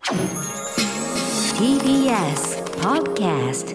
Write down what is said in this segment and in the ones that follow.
TBS Podcast。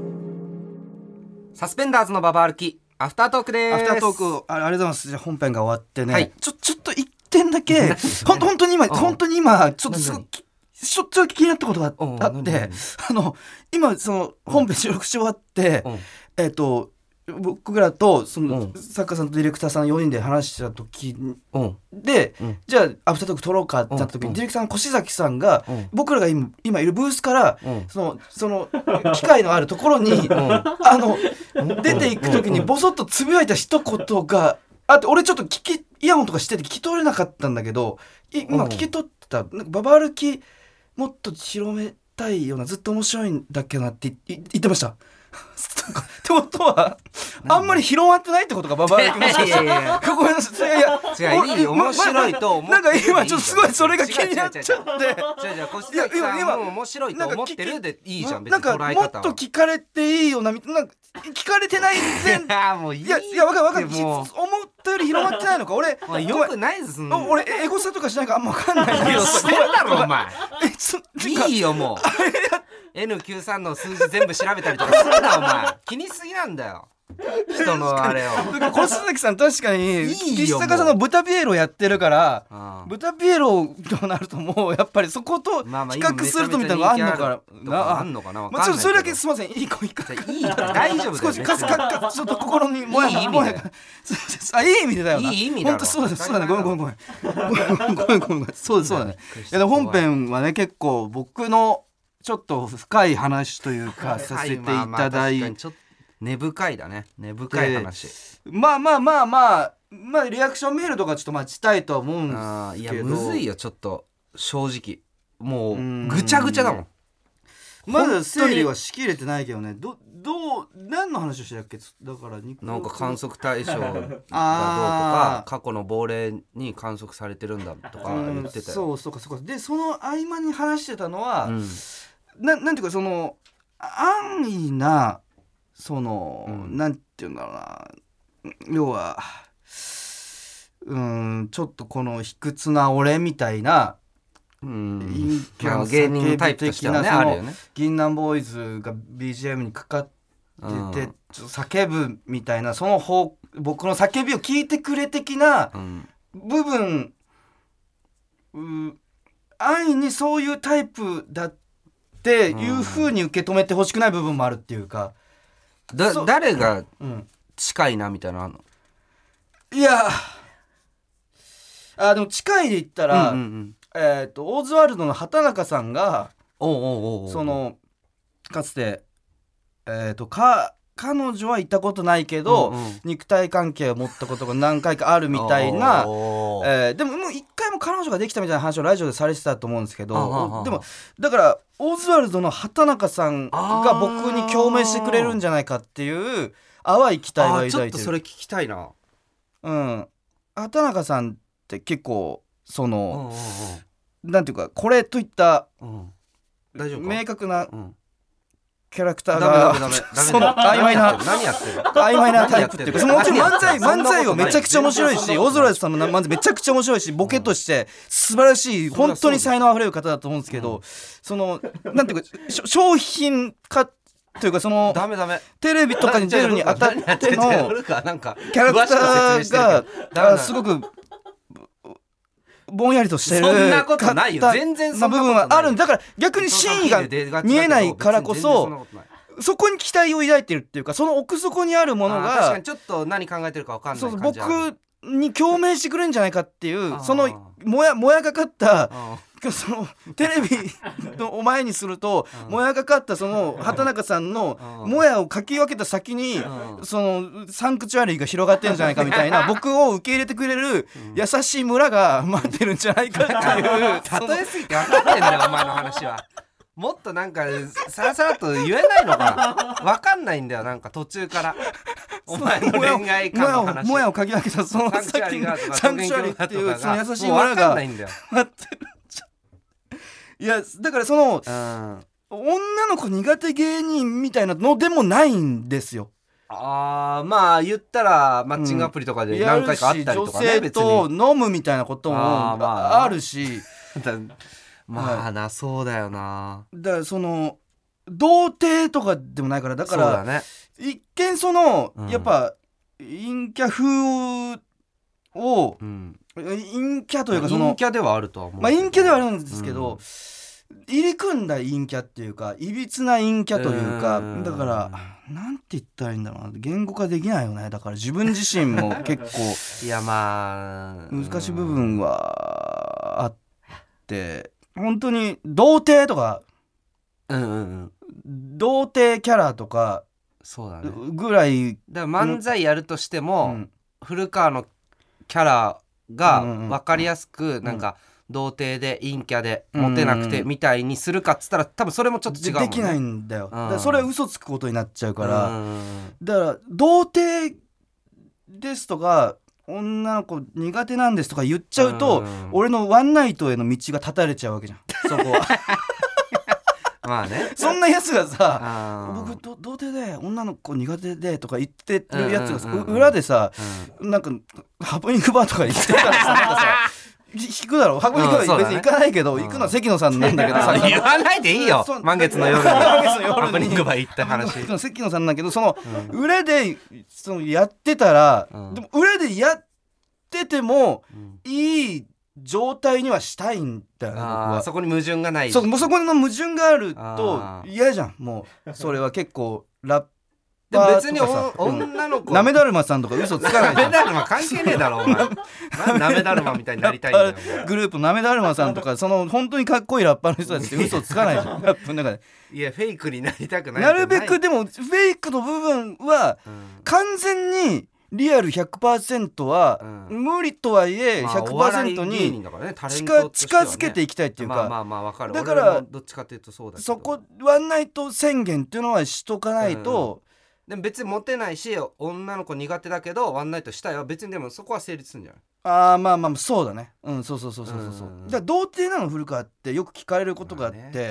サスペンダーズのババ歩きアフタートークです。 アフタートーク ありがとうございます。じゃあ本編が終わってね、 はい、 ちょっと一点だけ本当に今ちょっとすごいちょっと気になったことがあって今その本編収録し終わって僕らとその作家さんとディレクターさん4人で話した時で、じゃあアフタートーク撮ろうかってなった時に、ディレクターの越崎さんが、僕らが今いるブースから、その機械のあるところに、出ていく時にボソッとつぶやいた一言があって、俺ちょっとイヤホンとかしてて聞き取れなかったんだけど、今聞き取ってた。なんかババ歩きもっと広めたいような、ずっと面白いんだっけなって言ってました。ってことはあんまり広まってないってことがババ歩きもしかしてごめんなさい。 いい面白いと思ってなんか今ちょっとすごいそれが気になっちゃって、 越崎さんも面白いと思ってるでいいじゃん。別に捉え方はなんかもっと聞かれていいよなみたいな、聞かれてないもういいいやわかる思ったより広まってないのか。俺よくないですん俺エゴサとかしないからあんま分かんないんだけどしてるだろお前いいよもうN93 の数字全部調べたりとかするなお前気にすぎなんだよ人のあれを。 越崎さん確かに岸坂さんの豚ピエロやってるから、豚ピエロとなるともうやっぱりそこと比較するとみたいなのがあんのかな。まあそれだけすみません。いい大丈夫だよ。 少しちょっと心にもやがいい意味でだよな。いい意味だろ。本当そうだね。ごめん。そうだね。いや本編はね結構僕のちょっと深い話というかさせていただいて、 根深いだね。根深い話。 まあリアクションメールとかちょっと待ちたいとは思うんですけど、 いやむずいよちょっと正直もうぐちゃぐちゃだもん。 まだ整理はしきれてないけどね。何の話をしてたっけ。だからなんか観測対象がどうとか過去の亡霊に観測されてるんだとか言ってたよ。 そうかでその合間に話してたのは、なんていうかその安易なその、なんていうんだろうな、要はちょっとこの卑屈な俺みたいな芸人のタイプとしてはねあるよね。 銀杏ボーイズが BGM にかかってて、叫ぶみたいな、その僕の叫びを聞いてくれ的な部分、安易にそういうタイプだっていう風に受け止めてほしくない部分もあるっていうか、 誰が近いなみたいなのあるの？ いやでも近いで言ったら、オーズワルドの畑中さんがそのかつて彼女は行ったことないけど、肉体関係を持ったことが何回かあるみたいな、でももう一回も彼女ができたみたいな話をラジオでされてたと思うんですけど、でもだからオーズワルドの畑中さんが僕に共鳴してくれるんじゃないかっていう淡い期待が抱いてる。 ちょっとそれ聞きたいな。 畑中さんって結構その、なんていうかこれといった明確なキャラクターがその曖昧なタイプっていうか、もちろん漫才はめちゃくちゃ面白いし、オズワルドさんの漫才めちゃくちゃ面白いし、ボケとして素晴らしい本当に才能あふれる方だと思うんですけど、そのなんていうか商品化というか、そのテレビとかに出るにあたってのキャラクターがすごくぼんやりとしてるそんなことないよ。全然そんなことない。 部分はあるんだから、逆に真意が見えないからこそそこに期待を抱いてるっていうか、その奥底にあるものが確かにちょっと何考えてるか分かんない感じある。 僕に共鳴してくれるんじゃないかっていう、そのもやがかったそのテレビの前にするともやがかったその畑中さんのもやをかき分けた先にそのサンクチュアリーが広がってるんじゃないかみたいな、僕を受け入れてくれる優しい村が待ってるんじゃないかっていう例えすぎて分かってんだよお前の話は。もっとなんかさらさらっと言えないのかな。分かんないんだよ、なんか途中からお前の恋愛観の話、 もやをかき分けたそのサンクチュアリーがとかサンクチュアリーっていうその優しい村が村が待ってる。いやだからその女の子苦手芸人みたいなのでもないんですよ。 まあ言ったらマッチングアプリとかで何回かあったりとかね、 女性と飲むみたいなこともあるしまあな、そうだよな。 だからその童貞とかでもないから、だからそうだね、 一見その、 うんやっぱ陰キャ風を、 うん、 陰キャというかその陰キャではあるとは思う。 まあ陰キャではあるんですけど、入り組んだ陰キャっていうか、いびつな陰キャというか、だからなんて言ったらいいんだろうな、言語化できないよね。だから自分自身も結構いやまあ難しい部分はあって、本当に童貞とか、 うんうんうん、 童貞キャラとかそうだね、 ぐらいだから漫才やるとしても、 うん、 古川のキャラがうんうんうん分かりやすく、なんか童貞で陰キャでモテなくてみたいにするかっつったら、多分それもちょっと違うもんね。 できないんだよ。だからうんそれは嘘つくことになっちゃうから、 うんだから童貞ですとか女の子苦手なんですとか言っちゃうと、俺のワンナイトへの道が断たれちゃうわけじゃん、そこは。 まあねそんなやつがさ、 あー僕童貞で女の子苦手でとか言ってるやつがさ、 うんうんうんうん裏でさ、なんかハプニングバーとか言ってたらさ、なんかさ引くだろ。ハプニングバー別に行かないけど、行くのは関野さんなんだけどさ、 言わないでいいよ、 そう満月の夜に満月の夜にハプニングバー行った話。 行くの関野さんなんだけど、その裏でそのやってたら、でも裏でやっててもいい状態にはしたいんだよね、僕は。 そこに矛盾がない。 そう、もうそこの矛盾があるとあ嫌じゃん。もうそれは結構ラッでも別にパーとかさ、 女の子なめだるまさんとか嘘つかないじゃん。 なめだるま関係ねえだろお前。なんなめだるまみたいになりたいんだよお前。 グループなめだるまさんとか、その本当にかっこいいラッパーの人たちって嘘つかないじゃん、ラップの中で。 いやフェイクになりたくない。 なるべくでもフェイクの部分は完全にリアル 100% は無理とはいえ 100% に近づけていきたいっていうか、 まあまあわかる。 だから俺もどっちかっていうとそうだけど、 そこワンナイト宣言っていうのはしとかないと、 でも別にモテないし女の子苦手だけどワンナイトしたいは別に、でもそこは成立するんじゃない？ ああまあまあそうだね、うん、そうそうそうそうそう、だから童貞なの古川ってよく聞かれることがあって、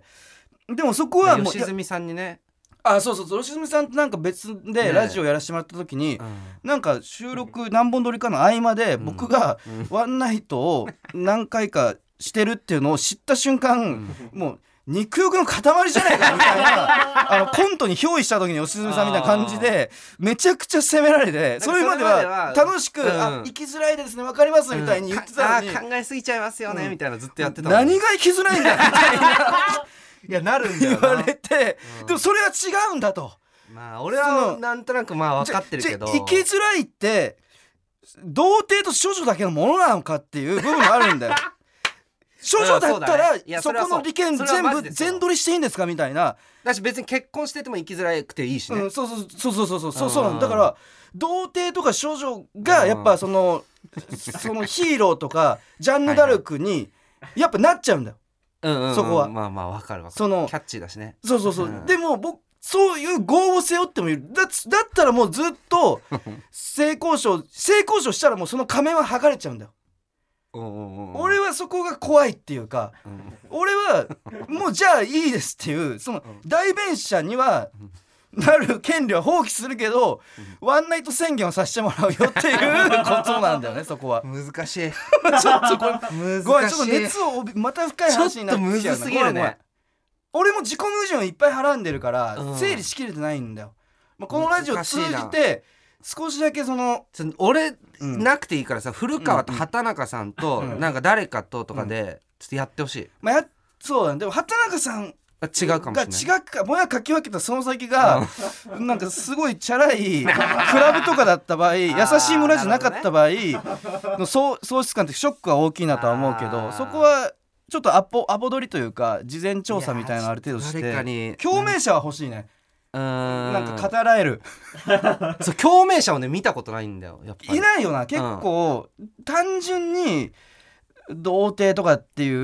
でもそこはもう吉住さんにね、 そうそうそう、吉住さんとなんか別でラジオやらせてもらった時に、なんか収録何本撮りかの合間で僕がワンナイトを何回かしてるっていうのを知った瞬間、もう肉欲の塊じゃないかみたいなコントに憑依した時に吉住さんみたいな感じでめちゃくちゃ責められて、それまでは楽しく生きづらいですね、分かりますみたいに言ってたのに、 考えすぎちゃいますよねみたいなずっとやってた。 何が生きづらいんだみたいないやなるんだよ言われて、でもそれは違うんだと。 まあ俺はなんとなくまあ分かってるけど、 生きづらいって童貞と処女だけのものなのかっていう部分があるんだよ。処女だったらそこの利権全部全取りしていいんですかみたいな。 だし別に結婚してても生きづらくていいしね、 そうなんだから、童貞とか処女がやっぱそのヒーローとかジャンヌ・ダルクにやっぱなっちゃうんだよ、そこは。まあまあわかるわかる、 そのキャッチーだしね。 そう、でも僕そういう業を背負ってもいる。だったらもうずっと性交渉したらもうその仮面は剥がれちゃうんだよ。俺はそこが怖いっていうか、俺はもうじゃあいいですっていう、その代弁者にはなる権利は放棄するけど、ワンナイト宣言をさせてもらうよっていうことなんだよね、そこは。 難しい。 ちょっとこれごめん、ちょっと熱をまた深い話になってきちゃうな。 ちょっとむずすぎるね。 俺も自己矛盾いっぱいはらんでるから整理しきれてないんだよ。このラジオ通じて少しだけその俺なくていいからさ、古川と畑中さんとなんか誰かとかでちょっとやってほしい。 そうだね。でも畑中さん違うかもしれない。 違うか、もやかき分けたその先がなんかすごいチャラいクラブとかだった場合、優しい村じゃなかった場合の喪失感ってショックは大きいなとは思うけど、そこはちょっとアポ取りというか事前調査みたいなのある程度して共鳴者は欲しいね。なんか語らえるそう、共鳴者をね見たことないんだよ、やっぱり。 いないよな、結構、単純に童貞とかっていう、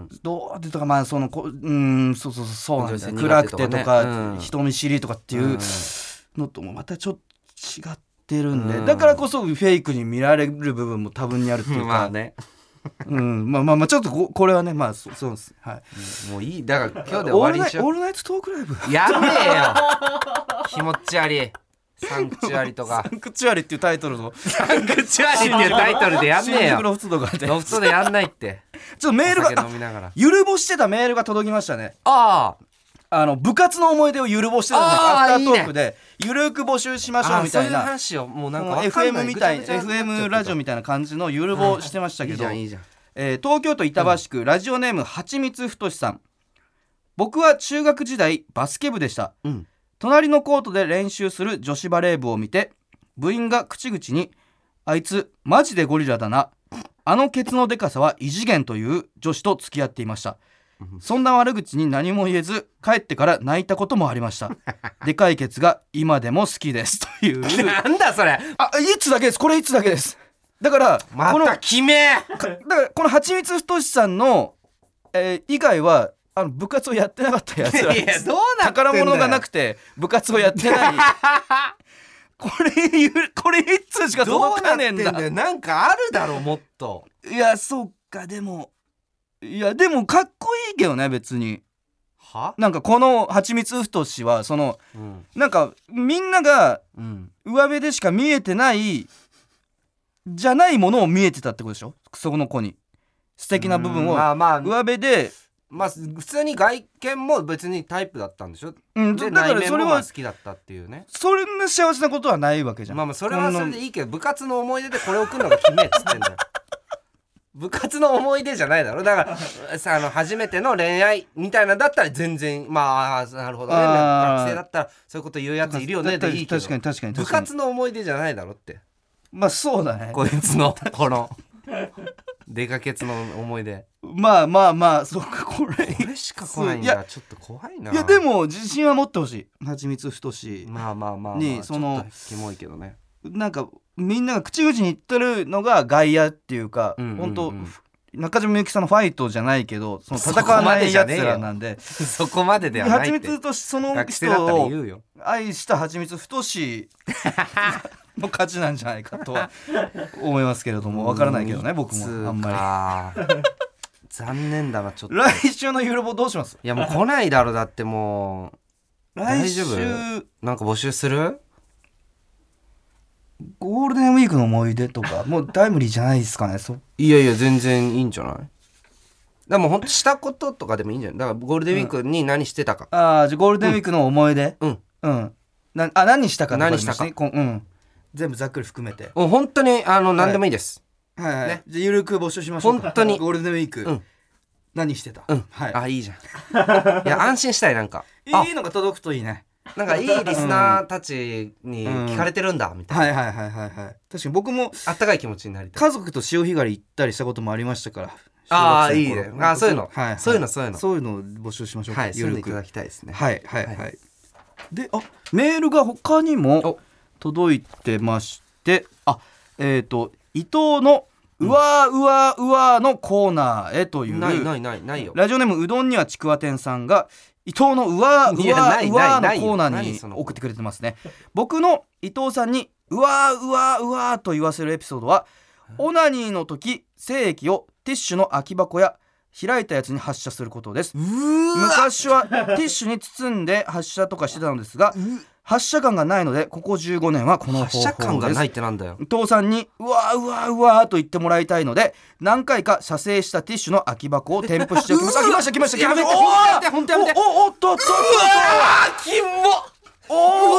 童貞とかまあそのそうなんだよ、暗くてとか、人見知りとかっていうのともまたちょっと違ってるんで、だからこそフェイクに見られる部分も多分にあるっていうか、 まあねまあちょっとこれはね、まあそうです、はい、 もういい、だから今日で終わりにしよう。 オールナイトトークライブやんねえよ気持ち悪い。サンクチュアリとかサンクチュアリっていうタイトルのサンクチュアリっていうタイトルでやんねえよ。 ロフトとかでロフトでやんないってちょっとメールお酒が飲みながらゆるぼしてたメールが届きましたね。 あ部活の思い出をゆるぼしてたんですよ。 あーアフタートークでゆるく募集しましょうみたいそういうな話をもうなんかわかんない FM みたいぐちゃぐちゃになっちゃってた FM ラジオみたいな感じのゆるぼしてましたけど、 いいじゃん東京都板橋区、ラジオネームはちみつふとしさん。僕は中学時代バスケ部でした。 うん隣のコートで練習する女子バレー部を見て、部員が口々にあいつマジでゴリラだな、あのケツのでかさは異次元という女子と付き合っていました。そんな悪口に何も言えず帰ってから泣いたこともありました。でかいケツが今でも好きですというなんだそれ、 いつだけです。これいつだけです。だからこのまた決めだからこのはちみつふとしさんの、以外は部活をやってなかったやつらいやです。 どうなってんだよ宝物がなくて部活をやってないこれ一通しかどう届なってんかねえんだ。 だよ、なんかあるだろもっと。 いやそうか、でもかっこいいけどね別に。 はなんかこのはちみつふとしはそのうんなんかみんながうん上辺でしか見えてないじゃないものを見えてたってことでしょ。その子に素敵な部分をまあ上辺で、 普通に外見も別にタイプだったんでしょ。でだから内面もそれは好きだったっていうね。 そんな幸せなことはないわけじゃん。 まあそれはそれでいいけど、部活の思い出でこれを送るのが決めっつってんだよ。部活の思い出じゃないだろ。だからさ初めての恋愛みたいなだったら全然なるほどね、学生だったらそういうこと言うやついるよねでいいけど、 確かに部活の思い出じゃないだろって。 まあそうだね。 こいつのこの出かけつの思い出まあそうか、これしか来ないんいやだ。ちょっと怖いな。 いやでも自信は持ってほしい。はちみつふとしまあにそのちょっとキモいけどね。 なんかみんなが口々に言ってるのが外野っていうか、本当中島みゆきさんのファイトじゃないけど、その戦わないやつらなんで、 そこまでではないって。 はちみつとしその学生だったら人を言うよ。 愛したはちみつふとしの勝ちなんじゃないかとは思いますけれども、わからないけどね僕もあんまり残念だなちょっと。 来週のゆるぼどうします？ いやもう来ないだろ。だってもう来週大丈夫？なんか募集する？ ゴールデンウィークの思い出とかもうタイムリーじゃないですかね。 いや全然いいんじゃない？でもほんとしたこととかでもいいんじゃない？だからゴールデンウィークに何してたか。 じゃあゴールデンウィークの思い出、何したかとか何したか、 全部ざっくり含めて本当に何でもいいです。 はい、 ね、 じゃあゆるく募集しましょうか。 本当にゴールデンウィーク、何してた？はい、 いいじゃん。いや安心したい。なんかいいのが届くといいね。 なんかいいリスナーたちに聞かれてるんだみたいな、 はい確かに僕もあったかい気持ちになりたい。 家族と潮干狩り行ったりしたこともありましたから。 いいね。そういうの、そういうのそういうのを募集しましょうか。 そういうのいただきたいですね。 はいでメールが他にも届いてまして、伊藤のうわのコーナーへという、 ないよ。 ラジオネームうどんにはちくわ店さんが伊藤のうわのコーナーに送ってくれてますね。僕の伊藤さんにうわと言わせるエピソードは、オナニーの時精液をティッシュの空き箱や開いたやつに発射することです。昔はティッシュに包んで発射とかしてたのですが、発射感がないのでここ15年はこの方法です。 発射感がないってなんだよ。 伊藤さんにうわと言ってもらいたいので、何回か射精したティッシュの空き箱を添付しておきます。来ましたやめて、ほんとやめて。 おっとキモ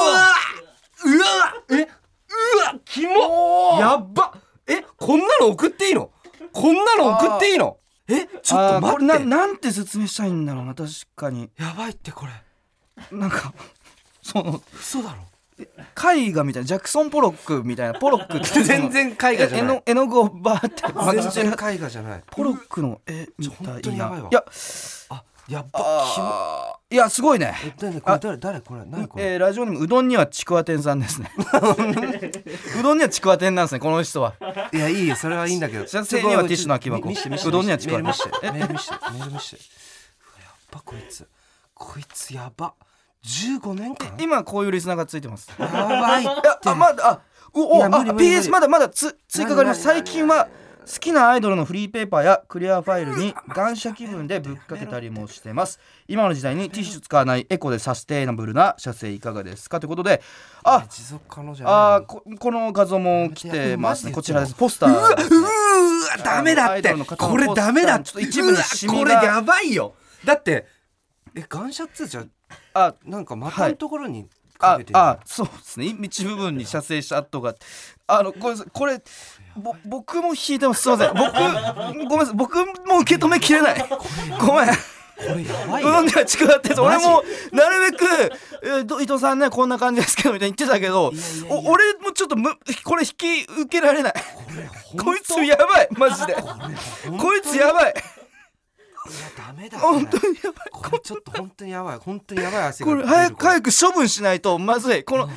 キモやっば。こんなの送っていいの？こんなの送っていいの？ちょっと待って。 なんて説明したいんだろうな。確かにやばいって。これなんか嘘だろ。 絵画みたいな、ジャクソン・ポロックみたいな。ポロックって全然絵画じゃない。 絵の具をバーって全然絵画じゃない。 ポロックの絵みたいな。 本当にやばいわ。やっば。 いやすごいね。 誰これ何これ。 ラジオネームうどんにはちくわ店さんですね。うどんにはちくわ店なんですねこの人は。 いやいい、それはいいんだけど。 射精にはティッシュの空き箱。うどんにはちくわ店。 メール見して。やっばこいつやば。15年間。 今こういうリスナーがついてます。 やばいって。 PS まだ追加があります。最近は好きなアイドルのフリーペーパーやクリアファイルに感謝気分でぶっかけたりもしてます。今の時代にティッシュ使わないエコでサステイナブルな写生いかがですかということで、 持続可能じゃないの。 この画像も来てますね。こちらです。ポスタうーですね。 わダメだってこれダメだって、 ちょっと一部にシミがこれやばいよ。だってガンシャツじゃなんか股のところにかけてる、 そうですね。一部分に写生した跡がこれ僕も引いてます。すいません。ごめんなさい。僕も受け止めきれない。ごめん。 これやばいよ。 違って俺もなるべく伊藤さんねこんな感じですけどみたいに言ってたけど、俺もちょっとこれ引き受けられない。こいつやばいマジで。こいつやばい。 ダメだ。 本当にやばい。 これちょっと本当にやばい。本当にやばい汗がこれ早く処分しないとまずい。この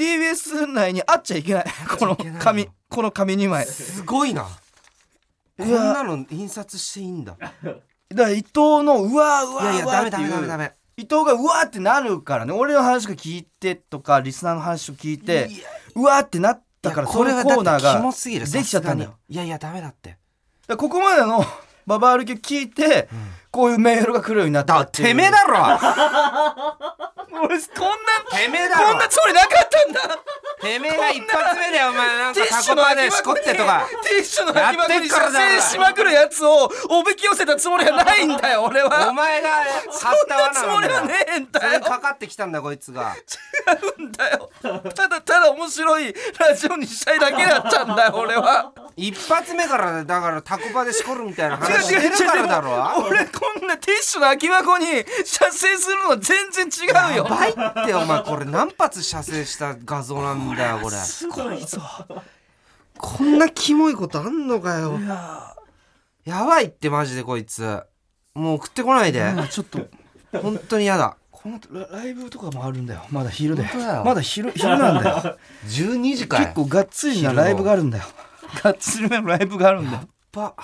TBS 内にあっちゃいけない。この紙2枚すごいな。こんなの印刷していいんだ。 だから伊藤のうわいやダメ伊藤がうわってなるからね。俺の話が聞いてとかリスナーの話を聞いてうわってなったから、そのコーナーができちゃったんだよ。 いやダメだって。 ここまでのババ歩きを聞いて、こういうメールが来るようになったっていう。 てめえだろ。 俺こてめえだろ。 こんなつもりなかったんだ。 てめえが一発目でお前なんかタコパでしこってとかティッシュの空き箱に射精しまくるやつをおびき寄せたつもりはないんだよ俺は。 お前が張った罠なんだよ。 そんなつもりはねえんだよ。 それにかかってきたんだこいつが。 違うんだよ。ただ面白いラジオにしたいだけだったんだよ俺は。 一発目からだからタコパでしこるみたいな話してるからだろ。 俺こんなティッシュの空き箱に射精するの全然違うよ。 やばいってお前これ何発射精した画像なんだよこれ。 すごいぞ。 こんなキモいことあんのかよ。やばいってマジでこいつ。もう送ってこないで。 ちょっと本当にやだ。 このライブとかもあるんだよ。まだ昼で。 まだ昼なんだよ。 12時かい。 結構がっつりなライブがあるんだよ。がっつりなライブがあるんだよ。 ちょ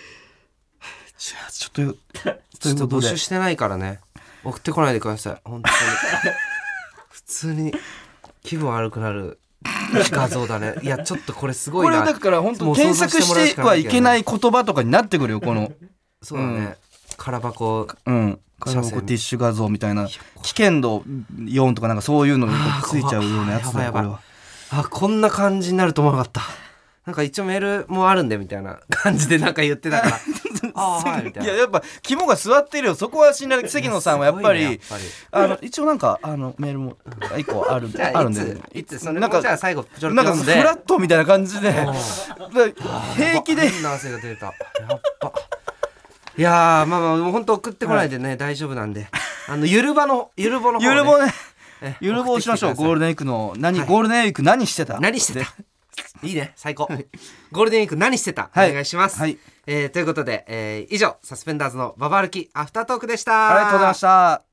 っと募集してないからね。送ってこないでください本当に。普通に気分悪くなる画像だね。いやちょっとこれすごいな。 これだから本当検索してはいけない言葉とかになってくるよこの。 そうだね。空箱空箱ティッシュ画像みたいな危険度4とかなんかそういうのについちゃうようなやつだよこれは。 こんな感じになると思わなかった。なんか一応メールもあるんでみたいな感じでなんか言ってたからはいみたいな。 いややっぱ肝が据わってるよ。そこは信頼。関野さんはやっぱり一応なんかメールも1個あるんでなんかじゃあ最後ちょっと読んでフラットみたいな感じで平気で変な汗が出た。やっぱいやまあ本当送ってこないでね大丈夫なんでゆるぼの方ねゆるぼをしましょう。ゴールデンウィークのゴールデンウィーク何してたいいね最高。ゴールデンウィーク何してた、お願いします。ということで、以上サスペンダーズのババ歩きアフタートークでした。 ありがとうございました。